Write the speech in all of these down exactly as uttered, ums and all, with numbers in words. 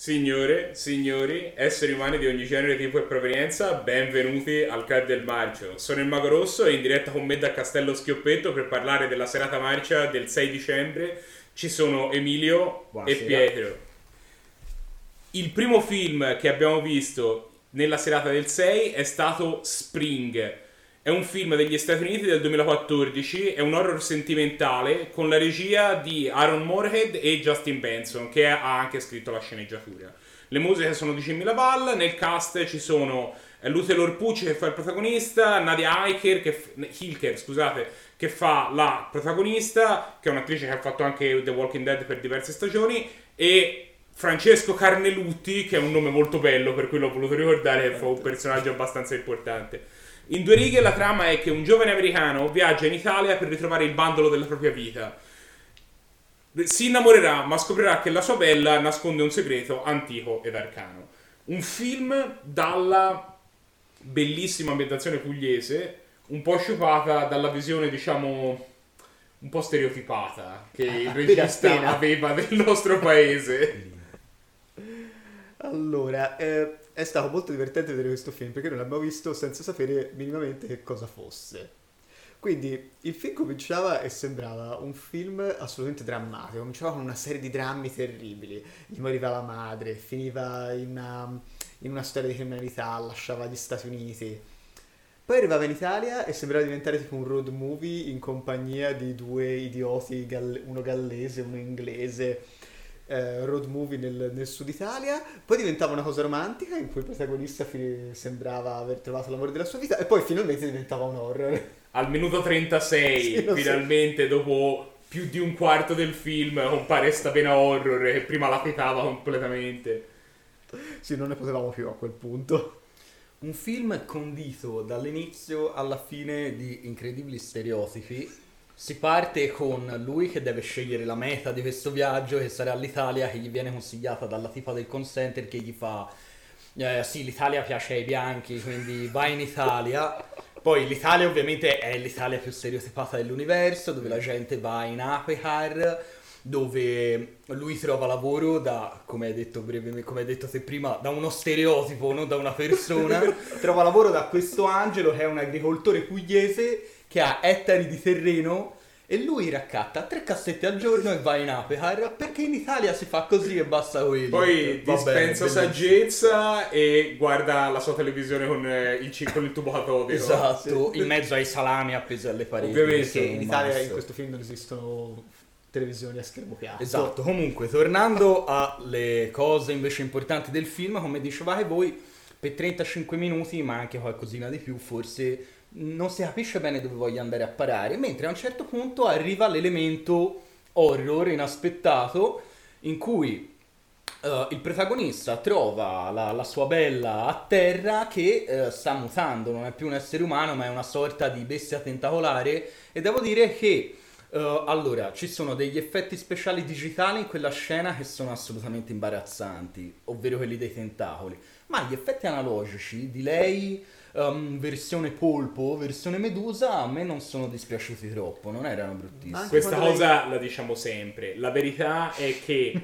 Signore, signori, esseri umani di ogni genere, tipo e provenienza, benvenuti al Club del Marcio. Sono il Mago Rosso e in diretta con me da Castello Schioppetto per parlare della serata marcia del sei dicembre ci sono Emilio Buonasera. e Pietro. Il primo film che abbiamo visto nella serata del sei è stato Spring. È un film degli Stati Uniti del duemilaquattordici, è un horror sentimentale con la regia di Aaron Moorhead e Justin Benson, che ha anche scritto la sceneggiatura. Le musiche sono di Jimmy LaValle, nel cast ci sono Lute Lorpucci che fa il protagonista, Nadia Hilker che, f- Hilker, scusate, che fa la protagonista, che è un'attrice che ha fatto anche The Walking Dead per diverse stagioni, e Francesco Carnelutti, che è un nome molto bello per cui l'ho voluto ricordare, che fa un personaggio abbastanza importante. In due righe la trama è che un giovane americano viaggia in Italia per ritrovare il bandolo della propria vita. Si innamorerà, ma scoprirà che la sua bella nasconde un segreto antico ed arcano. Un film dalla bellissima ambientazione pugliese, un po' sciupata dalla visione, diciamo, un po' stereotipata che il regista appena. aveva del nostro paese. Allora, eh, è stato molto divertente vedere questo film perché non l'abbiamo visto senza sapere minimamente che cosa fosse. Quindi il film cominciava e sembrava un film assolutamente drammatico, cominciava con una serie di drammi terribili, gli moriva la madre, finiva in una, in una storia di criminalità, lasciava gli Stati Uniti. Poi arrivava in Italia e sembrava diventare tipo un road movie in compagnia di due idioti, galle- uno gallese e uno inglese. Eh, road movie nel, nel sud Italia, poi diventava una cosa romantica in cui il protagonista fi- sembrava aver trovato l'amore della sua vita e poi finalmente diventava un horror. Al minuto trentasei, Sì, lo so. finalmente, dopo più di un quarto del film, compare sta pena horror che prima la petava completamente. Sì, non ne potevamo più a quel punto. Un film condito dall'inizio alla fine di incredibili stereotipi. Si parte con lui che deve scegliere la meta di questo viaggio, che sarà l'Italia, che gli viene consigliata dalla tipa del call center che gli fa eh, sì, l'Italia piace ai bianchi, quindi vai in Italia. Poi l'Italia ovviamente è l'Italia più stereotipata dell'universo, dove la gente va in Apecar, dove lui trova lavoro da, come hai detto brevemente, come hai detto te prima, da uno stereotipo, non da una persona. Trova lavoro da questo Angelo che è un agricoltore pugliese che ha ettari di terreno e lui raccatta tre cassette al giorno e va in Apecar perché in Italia si fa così e basta quello. Poi Va bene, dispensa bellissimo. saggezza e guarda la sua televisione con, eh, il, ci- con il tubo catodico. Esatto, in mezzo ai salami appesi alle pareti. Ovviamente, perché è In un Italia in must. questo film non esistono televisioni a schermo piatto. Esatto, comunque tornando alle cose invece importanti del film, come dicevate voi, per trentacinque minuti, ma anche qualcosina di più, forse non si capisce bene dove voglia andare a parare, mentre a un certo punto arriva l'elemento horror inaspettato in cui eh, il protagonista trova la, la sua bella a terra che eh, sta mutando, non è più un essere umano ma è una sorta di bestia tentacolare e devo dire che Uh, allora, ci sono degli effetti speciali digitali in quella scena che sono assolutamente imbarazzanti, ovvero quelli dei tentacoli, ma gli effetti analogici di lei, um, versione polpo, versione medusa, a me non sono dispiaciuti troppo, non erano bruttissimi. Ma anche Questa quando cosa la diciamo sempre. La verità è che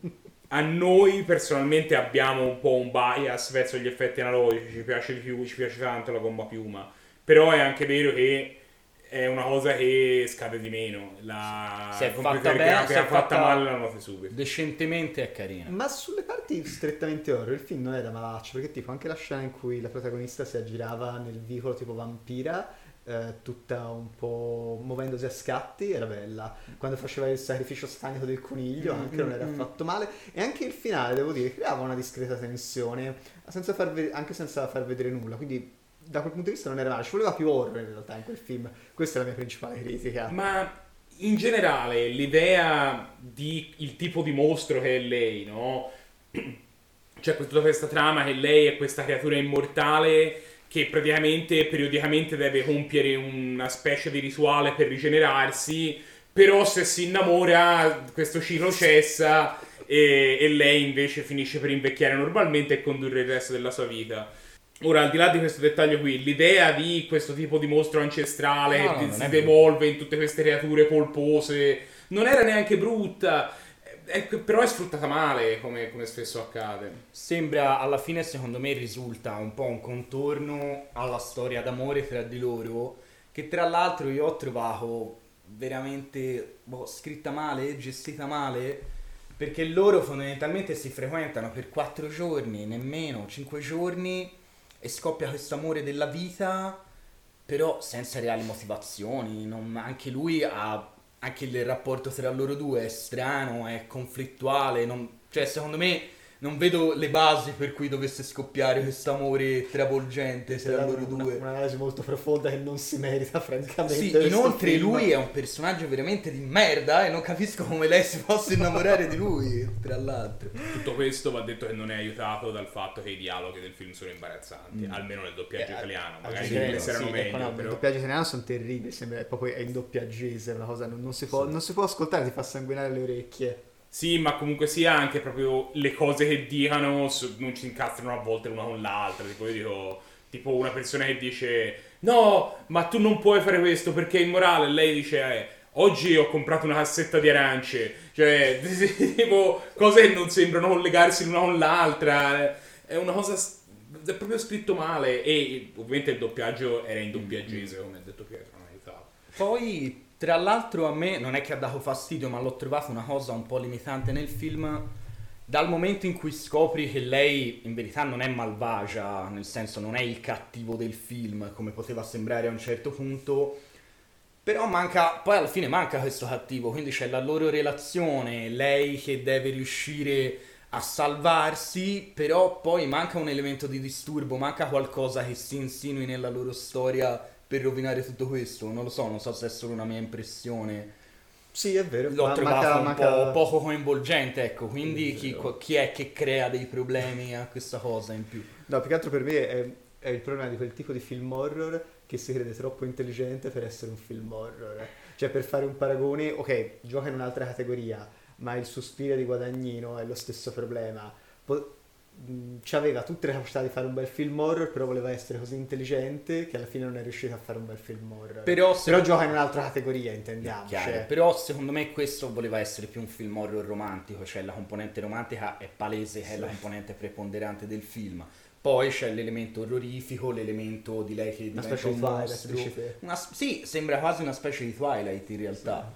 a noi personalmente abbiamo un po' un bias verso gli effetti analogici, ci piace di più, ci piace tanto la gomma piuma, però è anche vero che è una cosa che scade di meno. La Se è computer fatta bene, grafica se è fatta fatta male la noti subito. Decentemente è carina. Ma sulle parti strettamente horror il film non è da malaccio, perché tipo anche la scena in cui la protagonista si aggirava nel vicolo tipo vampira, eh, tutta un po' muovendosi a scatti, era bella. Quando faceva il sacrificio stanico del coniglio anche non era affatto male. E anche il finale, devo dire, creava una discreta tensione, senza far ve- anche senza far vedere nulla, quindi da quel punto di vista non era male, ci voleva più horror in realtà in quel film, questa è la mia principale critica. Ma in generale l'idea di il tipo di mostro che è lei, no? C'è tutta questa trama che lei è questa creatura immortale che praticamente periodicamente deve compiere una specie di rituale per rigenerarsi, però se si innamora questo ciclo cessa e, e lei invece finisce per invecchiare normalmente e condurre il resto della sua vita. Ora, al di là di questo dettaglio qui, l'idea di questo tipo di mostro ancestrale No, no, che non si è devolve in tutte queste creature polpose non era neanche brutta. è, però è sfruttata male, come, come spesso accade. Sembra, alla fine secondo me risulta un po' un contorno alla storia d'amore tra di loro, che tra l'altro io ho trovato veramente boh, scritta male, gestita male, perché loro fondamentalmente si frequentano per quattro giorni, nemmeno cinque giorni, e scoppia questo amore della vita, però senza reali motivazioni. Non- anche lui ha, anche il rapporto tra loro due è strano, è conflittuale, non- cioè secondo me non vedo le basi per cui dovesse scoppiare questo amore travolgente tra Sarà loro una- due. un'analisi molto profonda che non si merita, francamente. Sì, questo inoltre film. lui è un personaggio veramente di merda e non capisco come lei si possa innamorare di lui, tra l'altro. Tutto questo va detto che non è aiutato dal fatto che i dialoghi del film sono imbarazzanti, Mm. almeno nel doppiaggio Eh, italiano. al- Magari sì, in inglese erano sì, meglio, ecco, no, il però... doppiaggio italiano sono terribili, sembra è proprio è in doppiaggese, è una cosa non, non si può, non si può ascoltare, ti fa sanguinare le orecchie. Sì, ma comunque sia anche proprio le cose che dicano so- non ci incastrano a volte l'una con l'altra. Tipo io dico, tipo una persona che dice no, ma tu non puoi fare questo perché è immorale. E lei dice eh, oggi ho comprato una cassetta di arance. Cioè, tipo cose che non sembrano collegarsi l'una con l'altra. È una cosa... s- è proprio scritto male. E ovviamente il doppiaggio era in doppiaggese, come ha detto Pietro, non aiutava. Poi, tra l'altro, a me non è che ha dato fastidio, ma l'ho trovata una cosa un po' limitante nel film. Dal momento in cui scopri che lei in verità non è malvagia, nel senso non è il cattivo del film, come poteva sembrare a un certo punto, però manca, poi alla fine manca questo cattivo, quindi c'è la loro relazione, lei che deve riuscire a salvarsi, però poi manca un elemento di disturbo, manca qualcosa che si insinui nella loro storia per rovinare tutto questo. Non lo so, non so se è solo una mia impressione. Sì, è vero. L'ho ma trovato manca- un manca- po' poco coinvolgente, ecco, quindi È chi, vero. chi è che crea dei problemi a questa cosa in più? No, più che altro per me è, è il problema di quel tipo di film horror che si crede troppo intelligente per essere un film horror. Cioè, per fare un paragone, ok, gioca in un'altra categoria, ma il Suspiria di Guadagnino è lo stesso problema. Po- mh, c'aveva tutte le capacità di fare un bel film horror, però voleva essere così intelligente che alla fine non è riuscito a fare un bel film horror. Però, se- Però gioca in un'altra categoria, intendiamoci. Chiaro, però secondo me questo voleva essere più un film horror romantico, cioè la componente romantica è palese che è la componente preponderante del film. Poi c'è l'elemento orrorifico, l'elemento di lei che Una diventa specie di un Twilight, mostro. dici te. Una s- sì, sembra quasi una specie di Twilight in realtà.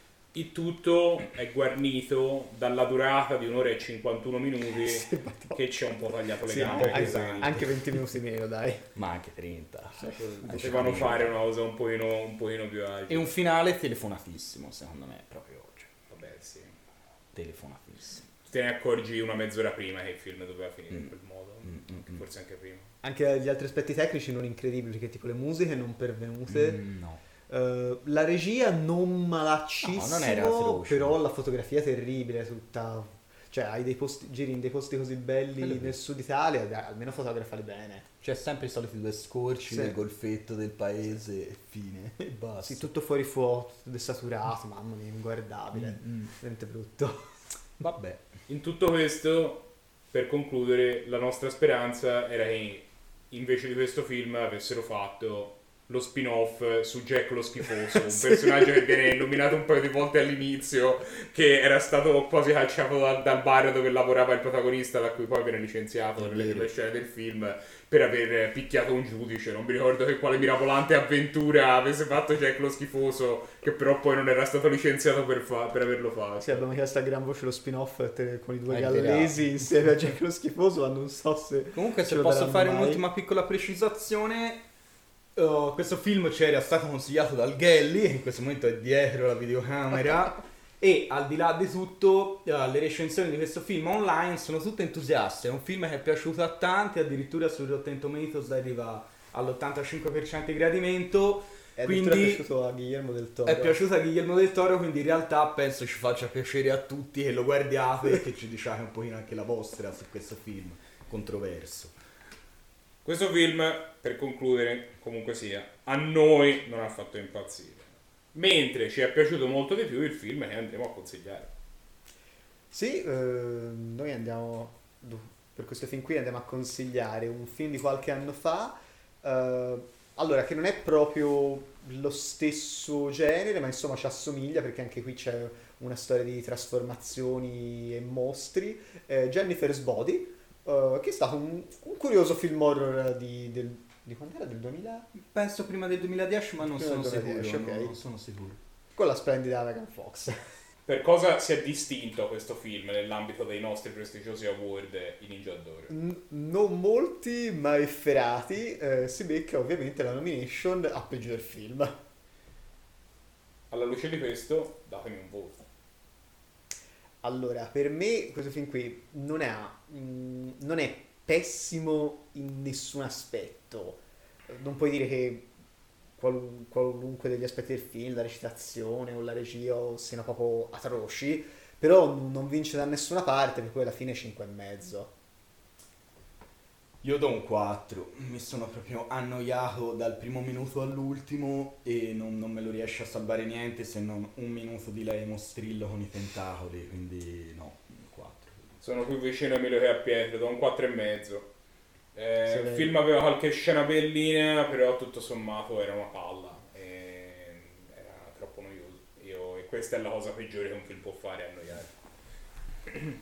Il tutto è guarnito dalla durata di un'ora e cinquantuno minuti Sì, ma no. che ci ha un po' tagliato le Sì, gambe. anche, quindi anche venti minuti meno, dai. Ma anche trenta. potevano fare una cosa un pochino, un pochino più alta. E un finale telefonatissimo, secondo me, proprio, cioè, Vabbè, sì. telefonatissimo. Te ne accorgi una mezz'ora prima che il film doveva finire in quel modo. Mm, mm, mm. Forse anche prima. Anche gli altri aspetti tecnici non incredibili, perché tipo le musiche non pervenute. Mm, no. Uh, la regia non malacissimo, No, non era atroce. però la fotografia terribile, tutta... Cioè, hai dei posti, giri in dei posti così belli Quello è nel vero. sud Italia, dai, almeno fotografali bene. C'è sempre i soliti due scorci Sì. del golfetto del paese e fine. E basta. Sì, tutto fuori fuoco, tutto desaturato, mamma mia, inguardabile. Mm, mm. Veramente brutto. Vabbè. In tutto questo, per concludere, la nostra speranza era che invece di questo film avessero fatto lo spin-off su Jack lo schifoso, un personaggio che viene nominato un paio di volte all'inizio, che era stato quasi cacciato dal, dal bar dove lavorava il protagonista, da cui poi viene licenziato È nelle, vero. nelle scene del film per aver picchiato un giudice. Non mi ricordo che quale mirabolante avventura avesse fatto Jack lo schifoso, che però poi non era stato licenziato per, fa- per averlo fatto. Sì, abbiamo chiesto a gran voce lo spin-off te- con i due È gallesi insieme a Jack lo schifoso, ma non so se... Comunque, ce se lo posso daranno fare mai. un'ultima piccola precisazione, uh, questo film ci era stato consigliato dal Gelli, che in questo momento è dietro la videocamera, e al di là di tutto, uh, le recensioni di questo film online sono tutte entusiaste. È un film che è piaciuto a tanti, addirittura su Rotten Tomatoes arriva all'ottantacinque per cento di gradimento. È addirittura Quindi piaciuto a Guillermo del Toro. è piaciuto a Guillermo del Toro, quindi in realtà penso ci faccia piacere a tutti che lo guardiate e che ci diciate un pochino anche la vostra su questo film controverso. Questo film, per concludere, comunque sia, a noi non ha fatto impazzire. Mentre ci è piaciuto molto di più il film che andremo a consigliare. Sì, eh, noi andiamo, per questo film qui andiamo a consigliare un film di qualche anno fa, eh, allora che non è proprio lo stesso genere, ma insomma ci assomiglia perché anche qui c'è una storia di trasformazioni e mostri, eh, Jennifer's Body, eh, che è stato un, un curioso film horror di, del, di quando era? Del duemila? Penso prima del duemiladieci, ma non Prima sono del sicuro. duemiladieci, no, ok. Non sono sicuro. Con la splendida Megan Fox. Per cosa si è distinto questo film nell'ambito dei nostri prestigiosi award i Ninja d'Oro? N- non molti, ma efferati, eh, si becca ovviamente la nomination a peggior film. Alla luce di questo, datemi un voto. Allora, per me questo film qui non è, mm, non è pessimo in nessun aspetto. Non puoi dire che qual- qualunque degli aspetti del film, la recitazione o la regia o siano proprio atroci, però n- non vince da nessuna parte, per cui alla fine cinque e mezzo. Io do un quattro, mi sono proprio annoiato dal primo minuto all'ultimo e non, non me lo riesce a salvare niente se non un minuto di lei mostrillo con i tentacoli, quindi no, un quattro. Sono più vicino a Emilio che a Pietro, do un quattro e mezzo. Eh, Sì, il beh. film aveva qualche scena bellina, però tutto sommato era una palla. E era troppo noioso. Io, e questa è la cosa peggiore che un film può fare, annoiare.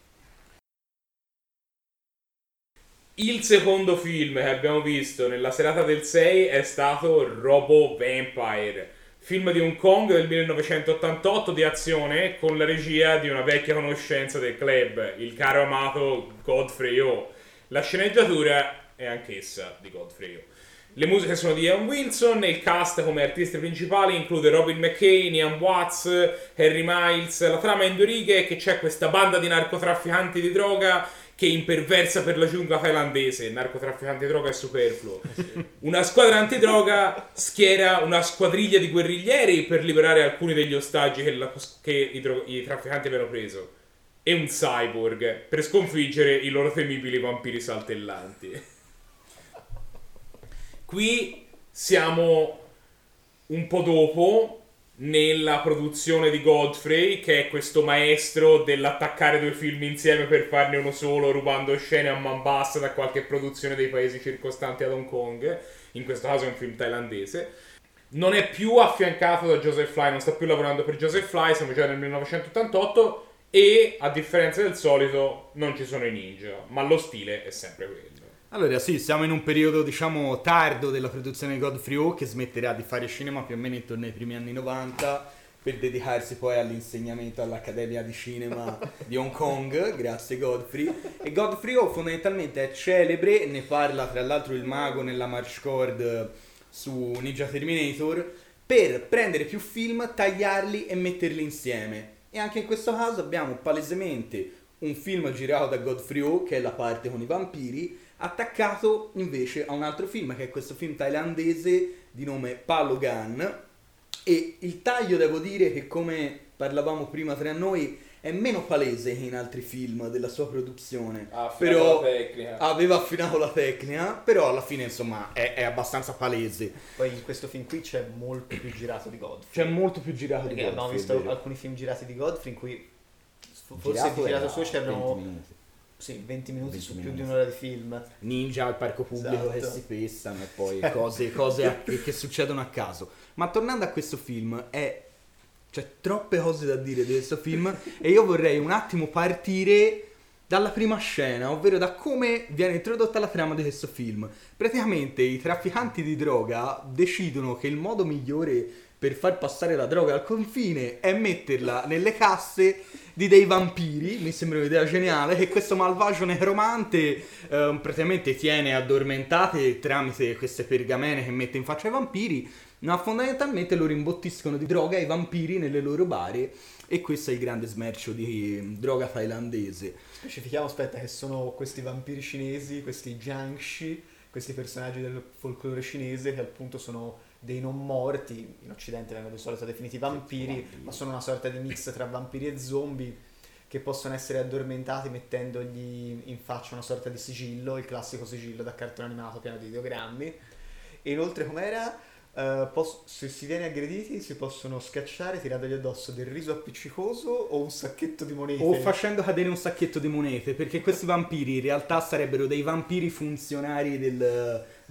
Il secondo film che abbiamo visto nella serata del sei è stato Robo Vampire, film di Hong Kong del millenovecentottantotto di azione con la regia di una vecchia conoscenza del club, il caro amato Godfrey Ho. La sceneggiatura è anch'essa di Godfrey Ho. Le musiche sono di Ian Wilson e il cast come artisti principali include Robin McKay, Ian Watts, Harry Miles. La trama è in due righe che c'è questa banda di narcotrafficanti di droga che imperversa per la giungla thailandese. Il narcotrafficante di droga è superfluo. Una squadra antidroga schiera una squadriglia di guerriglieri per liberare alcuni degli ostaggi che, la- che i, dro- i trafficanti avevano preso. E un cyborg per sconfiggere i loro temibili vampiri saltellanti. Qui siamo un po' dopo nella produzione di Godfrey, che è questo maestro dell'attaccare due film insieme per farne uno solo, rubando scene a man bassa da qualche produzione dei paesi circostanti ad Hong Kong. In questo caso è un film thailandese. Non è più affiancato da Joseph Fly, non sta più lavorando per Joseph Fly, siamo già nel millenovecentottantotto e, a differenza del solito, non ci sono i ninja, ma lo stile è sempre quello. Allora sì, siamo in un periodo diciamo tardo della produzione di Godfrey Ho, che smetterà di fare cinema più o meno intorno ai primi anni novanta per dedicarsi poi all'insegnamento all'Accademia di Cinema di Hong Kong, grazie Godfrey. E Godfrey Ho fondamentalmente è celebre, ne parla tra l'altro il mago nella March Cord su Ninja Terminator, per prendere più film, tagliarli e metterli insieme. E anche in questo caso abbiamo palesemente un film girato da Godfrey Ho, che è la parte con i vampiri, attaccato invece a un altro film, che è questo film thailandese di nome Palogan. E il taglio, devo dire che, come parlavamo prima tra noi, è meno palese che in altri film della sua produzione. Ha affinato Però la tecnica. aveva affinato la tecnica, però alla fine insomma è, è abbastanza palese. Poi in questo film qui c'è molto più girato di Godfrey. C'è molto più girato di Perché abbiamo Godfrey, visto è vero. alcuni film girati di Godfrey in cui forse Girato di girato era su c'erano venti minuti. sì, venti minuti venti su più minuti. di un'ora di film. Ninja al parco pubblico che Esatto. si pestano e poi cose, cose a- che, che succedono a caso. Ma tornando a questo film, è c'è troppe cose da dire di questo film e io vorrei un attimo partire dalla prima scena, ovvero da come viene introdotta la trama di questo film. Praticamente i trafficanti di droga decidono che il modo migliore per far passare la droga al confine è metterla nelle casse di dei vampiri. Mi sembra un'idea geniale, che questo malvagio necromante eh, praticamente tiene addormentate tramite queste pergamene che mette in faccia ai vampiri, ma fondamentalmente loro imbottiscono di droga i vampiri nelle loro bare, e questo è il grande smercio di eh, droga thailandese. Specifichiamo, aspetta, che sono questi vampiri cinesi, questi Jiangshi, questi personaggi del folklore cinese che appunto sono dei non morti, in occidente vengono di solito definiti vampiri, vampiri. ma sono una sorta di mix tra vampiri e zombie che possono essere addormentati mettendogli in faccia una sorta di sigillo, il classico sigillo da cartone animato pieno di ideogrammi. E inoltre, com'era? Uh, pos- se si viene aggrediti si possono scacciare tirandogli addosso del riso appiccicoso o un sacchetto di monete. O facendo cadere un sacchetto di monete, perché questi vampiri in realtà sarebbero dei vampiri funzionari del,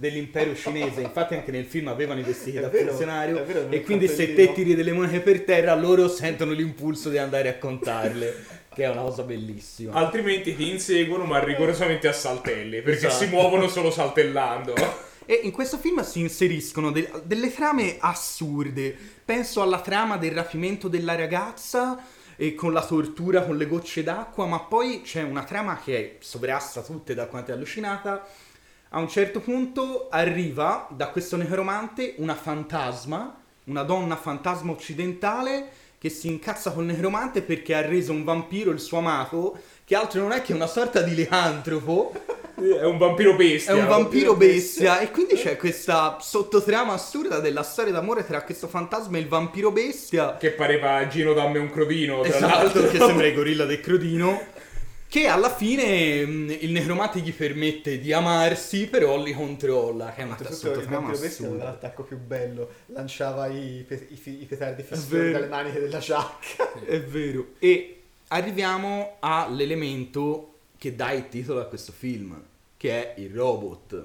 dell'impero cinese. Infatti anche nel film avevano i vestiti È da vero, funzionario è vero, e quindi se cappellino. te tiri delle monete per terra loro sentono l'impulso di andare a contarle, che è una cosa bellissima. Altrimenti ti inseguono, ma rigorosamente a saltelli, perché Esatto. si muovono solo saltellando. E in questo film si inseriscono de- delle trame assurde. Penso alla trama del rapimento della ragazza e con la tortura con le gocce d'acqua, ma poi c'è una trama che sovrasta tutte da quanto è allucinata. A un certo punto arriva da questo necromante una fantasma, una donna fantasma occidentale che si incazza col necromante perché ha reso un vampiro il suo amato, che altro non è che una sorta di licantropo. È un vampiro bestia. È un vampiro bestia e quindi c'è questa sottotrama assurda della storia d'amore tra questo fantasma e il vampiro bestia. Che pareva Gino Dammi un crodino, tra Esatto, l'altro. che sembra il gorilla del Crodino. Che alla fine mh, il necromante gli permette di amarsi, però li controlla. Che è una Oltretutto il sottotrama vampiro bestia aveva assurda. l'attacco più bello, lanciava i, pe- i, fi- i petardi vero. fissi dalle maniche della giacca. È vero. E arriviamo all'elemento che dà il titolo a questo film, che è il robot.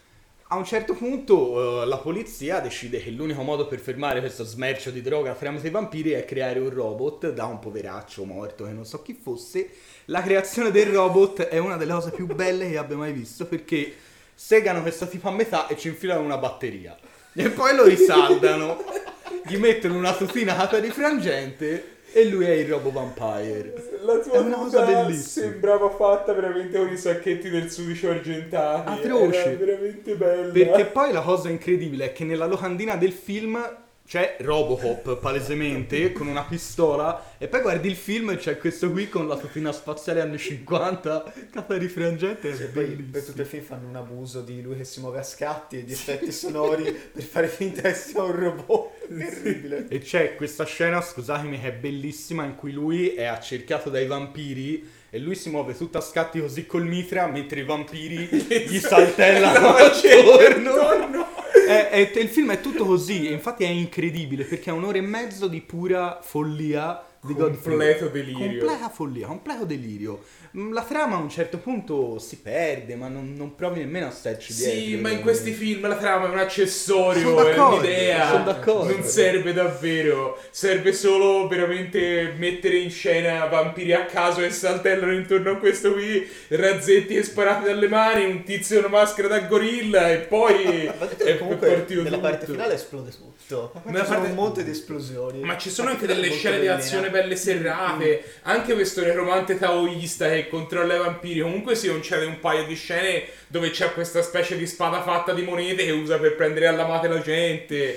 A un certo punto eh, la polizia decide che l'unico modo per fermare questo smercio di droga tramite i vampiri è creare un robot da un poveraccio morto che non so chi fosse. La creazione del robot è una delle cose più belle che abbia mai visto, perché segano questo tipo a metà e ci infilano una batteria e poi lo risaldano, gli mettono una tutinata di frangente e lui è il Robo Vampire. La tua È una cosa tuta bellissima. sembrava fatta veramente con i sacchetti del sudicio argentati. Atroci. Era veramente bella. Perché poi la cosa incredibile è che nella locandina del film c'è Robocop palesemente con una pistola e poi guardi il film e c'è questo qui con la tutina spaziale anni cinquanta, capa di frangente, è E poi per bellissimo. tutto il film fanno un abuso di lui che si muove a scatti e di effetti sonori per fare finta che sia un robot. Terribile. E c'è questa scena, scusatemi, che è bellissima, in cui lui è accerchiato dai vampiri e lui si muove tutto a scatti così col mitra mentre i vampiri gli saltellano attorno. È- è- il film è tutto così e infatti è incredibile perché è un'ora e mezzo di pura follia di Godfrey. Completo delirio. Completa follia, completo delirio. Mm, La trama a un certo punto si perde, ma non, non provi nemmeno a starci dietro. Sì, ma in questi film la trama è un accessorio, Sono è d'accordo, un'idea. sono d'accordo. Non serve davvero. Serve solo veramente mettere in scena vampiri a caso che saltellano intorno a questo qui, razzetti e sparati dalle mani, un tizio in una maschera da gorilla e poi Ma detto è che comunque partito nella tutto. parte finale esplode tutto. Ma Nella ci sono parte- un monte di esplosioni. Ma ci sono La anche parte delle finale è scene di molto azione bellina. belle serrate. Anche questo necromante taoista che controlla i vampiri. Comunque si concede un paio di scene dove c'è questa specie di spada fatta di monete che usa per prendere alla mate la gente.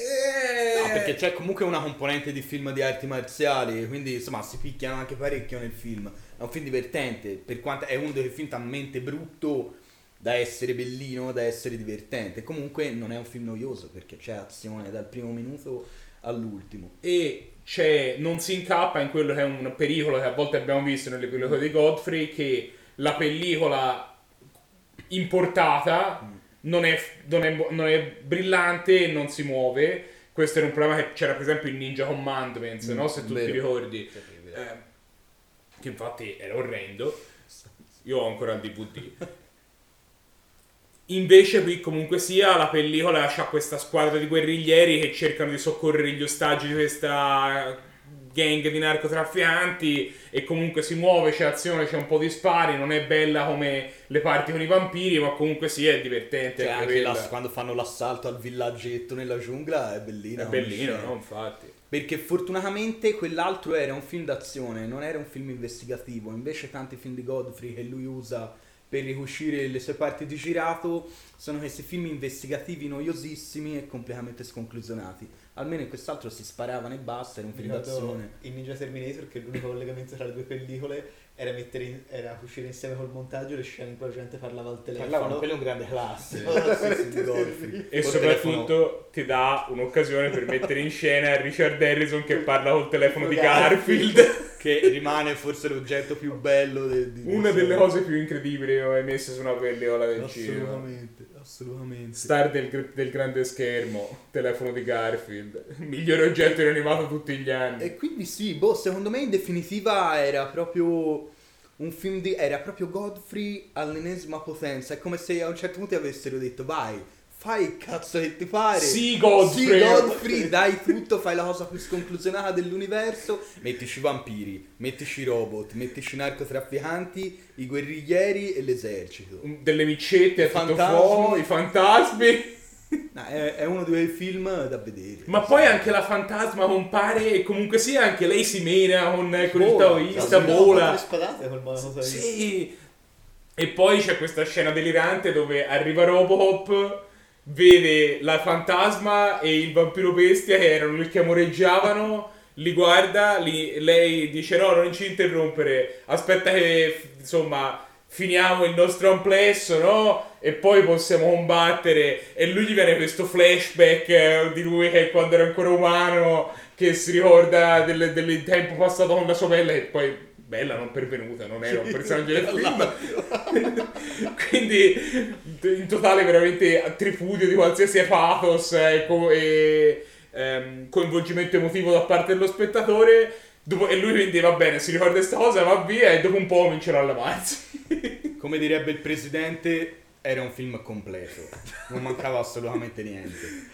Eh... No, perché c'è comunque una componente di film di arti marziali, quindi insomma si picchiano anche parecchio nel film. È un film divertente, per quanto è uno dei film talmente brutto da essere bellino, da essere divertente. Comunque non è un film noioso perché c'è azione dal primo minuto all'ultimo. E c'è, non si incappa in quello che è un pericolo che a volte abbiamo visto nelle pellicole di Godfrey, che la pellicola importata non è, non è, non è brillante e non si muove. Questo era un problema che c'era per esempio in Ninja Commandments, Mm, no? Se tu vero. ti ricordi. Eh, che infatti era orrendo. Io ho ancora il D V D. Invece qui comunque sia la pellicola c'ha questa squadra di guerriglieri che cercano di soccorrere gli ostaggi di questa gang di narcotrafficanti e comunque si muove, c'è azione, c'è un po' di spari, non è bella come le parti con i vampiri, ma comunque sì, è divertente. Cioè, anche anche quella. la- quando fanno l'assalto al villaggetto nella giungla è bellina. È come bellino, scena. no? Infatti. Perché fortunatamente quell'altro era un film d'azione, non era un film investigativo. Invece tanti film di Godfrey che lui usa per ricucire le sue parti di girato sono questi film investigativi noiosissimi e completamente sconclusionati. Almeno in quest'altro si sparavano e basta, era un Mi film ricordo d'azione. in Ninja Terminator che l'unico collegamento tra le due pellicole era mettere in- era uscire insieme col montaggio le scene in cui la gente parlava al telefono. Parlavano, quello è un grande classe. No, sì, sì, veramente di Godfrey. terribile. E Col soprattutto telefono- ti dà un'occasione per mettere in scena Richard Harrison che parla col telefono di Garfield. Garfield. che rimane forse l'oggetto più bello de- di, Una di- delle cose più incredibili che ho mai messo su una pellicola del cinema. assolutamente, assolutamente. Star del, gr- del grande schermo, telefono di Garfield, migliore oggetto inanimato tutti gli anni. E quindi sì, boh, secondo me in definitiva era proprio un film di... era proprio Godfrey all'ennesima potenza, è come se a un certo punto avessero detto vai, fai il cazzo che ti pare, Sì, Godfrey, sì, Godfrey, dai tutto, fai la cosa più sconclusionata dell'universo, mettici vampiri, mettici robot, mettici narcotrafficanti, i guerriglieri e l'esercito. Delle micette a tutto fantasmi. fuoco, i fantasmi. No, è, è uno di quei film da vedere. Ma poi anche la fantasma compare e comunque sia anche lei si mena con, con il Vola, taoista, Le vola. spadate col modo Sì. E poi c'è questa scena delirante dove arriva Robocop, vede la fantasma e il vampiro bestia che erano lì che amoreggiavano, li guarda, li- lei dice no, non ci interrompere, aspetta che insomma finiamo il nostro amplesso, no? E poi possiamo combattere. E lui gli viene questo flashback eh, di lui che quando era ancora umano, che si ricorda del, del tempo passato con la sua pelle, e poi bella non pervenuta, non era un personaggio del film. Quindi in totale veramente tripudio di qualsiasi pathos e, co- e ehm, coinvolgimento emotivo da parte dello spettatore. Dopo, e lui quindi va bene, si ricorda questa cosa, va via e dopo un po' comincerà a lavarsi. Come direbbe il presidente, era un film completo, non mancava assolutamente niente.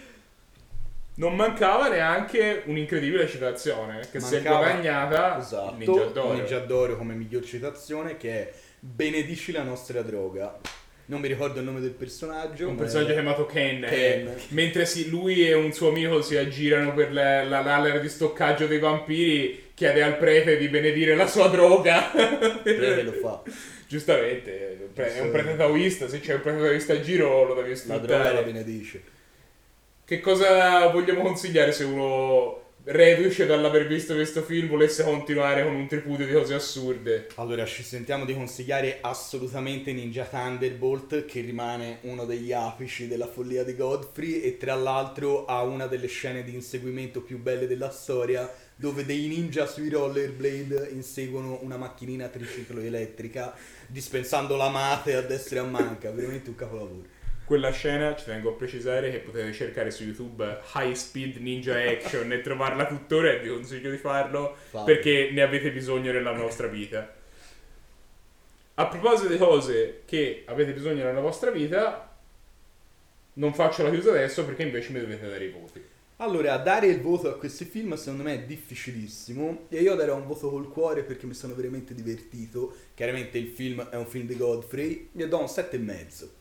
Non mancava neanche un'incredibile citazione che si è Mancava- guadagnata Esatto, il Ninja d'Oro. Ninja d'Oro come miglior citazione, che è benedici la nostra droga. Non mi ricordo il nome del personaggio. Un ma personaggio è- chiamato Ken, Ken. eh, mentre si- lui e un suo amico si aggirano per le- la- l'area di stoccaggio dei vampiri, chiede al prete di benedire la sua droga. Prete lo fa. Giustamente, pre- è un prete taoista, se c'è un prete taoista a giro lo devi La sfruttare. droga la benedice. Che cosa vogliamo consigliare se uno reduce dall'aver visto questo film volesse continuare con un tripudio di cose assurde? Allora, ci sentiamo di consigliare assolutamente Ninja Thunderbolt, che rimane uno degli apici della follia di Godfrey e tra l'altro ha una delle scene di inseguimento più belle della storia, dove dei ninja sui rollerblade inseguono una macchinina triciclo elettrica dispensando la mate a destra e a manca. Veramente un capolavoro. Quella scena, ci tengo a precisare che potete cercare su YouTube High Speed Ninja Action e trovarla tuttora, e vi consiglio di farlo Fatelo. perché ne avete bisogno nella nostra vita. A proposito di cose che avete bisogno nella vostra vita, non faccio la chiusa adesso perché invece mi dovete dare i voti. Allora, dare il voto a questi film secondo me è difficilissimo e io darò un voto col cuore perché mi sono veramente divertito. Chiaramente il film è un film di Godfrey, gli do un sette e mezzo.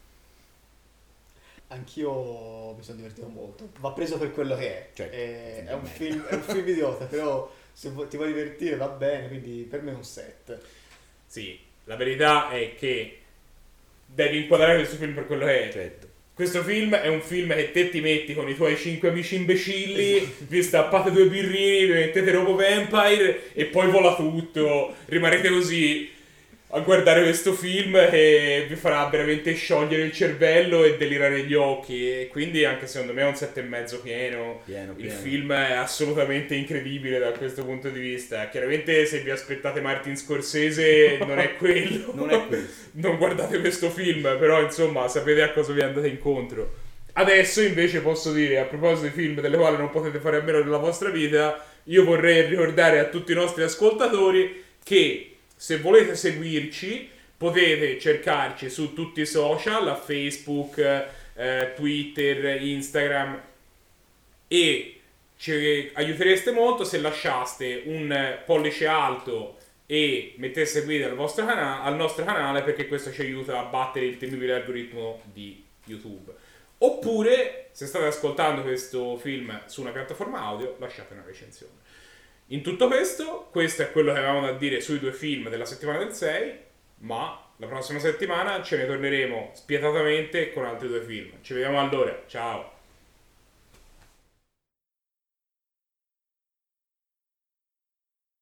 Anch'io mi sono divertito molto. Va preso per quello che è. Cioè, è, è un film, è un film idiota, però se vu- ti vuoi divertire va bene, quindi per me è un set. Sì, la verità è che devi inquadrare questo film per quello che è. Certo. Questo film è un film che te ti metti con i tuoi cinque amici imbecilli, vi stappate due birrini, vi mettete Robo Vampire e poi vola tutto. Rimarrete così a guardare questo film che vi farà veramente sciogliere il cervello e delirare gli occhi. E quindi anche secondo me è un sette e mezzo pieno. Pieno, Il pieno. film è assolutamente incredibile da questo punto di vista. Chiaramente se vi aspettate Martin Scorsese non è quello. Non è questo. Non guardate questo film, però insomma sapete a cosa vi andate incontro. Adesso invece posso dire, a proposito di film delle quali non potete fare a meno nella vostra vita, io vorrei ricordare a tutti i nostri ascoltatori che se volete seguirci potete cercarci su tutti i social, a Facebook, eh, Twitter, Instagram, e ci aiutereste molto se lasciaste un pollice alto e mettete seguire al, vostro cana- al nostro canale, perché questo ci aiuta a battere il temibile algoritmo di YouTube. Oppure, se state ascoltando questo film su una piattaforma audio, lasciate una recensione. In tutto questo, questo è quello che avevamo da dire sui due film della settimana del sei, ma la prossima settimana ce ne torneremo spietatamente con altri due film. Ci vediamo allora, ciao!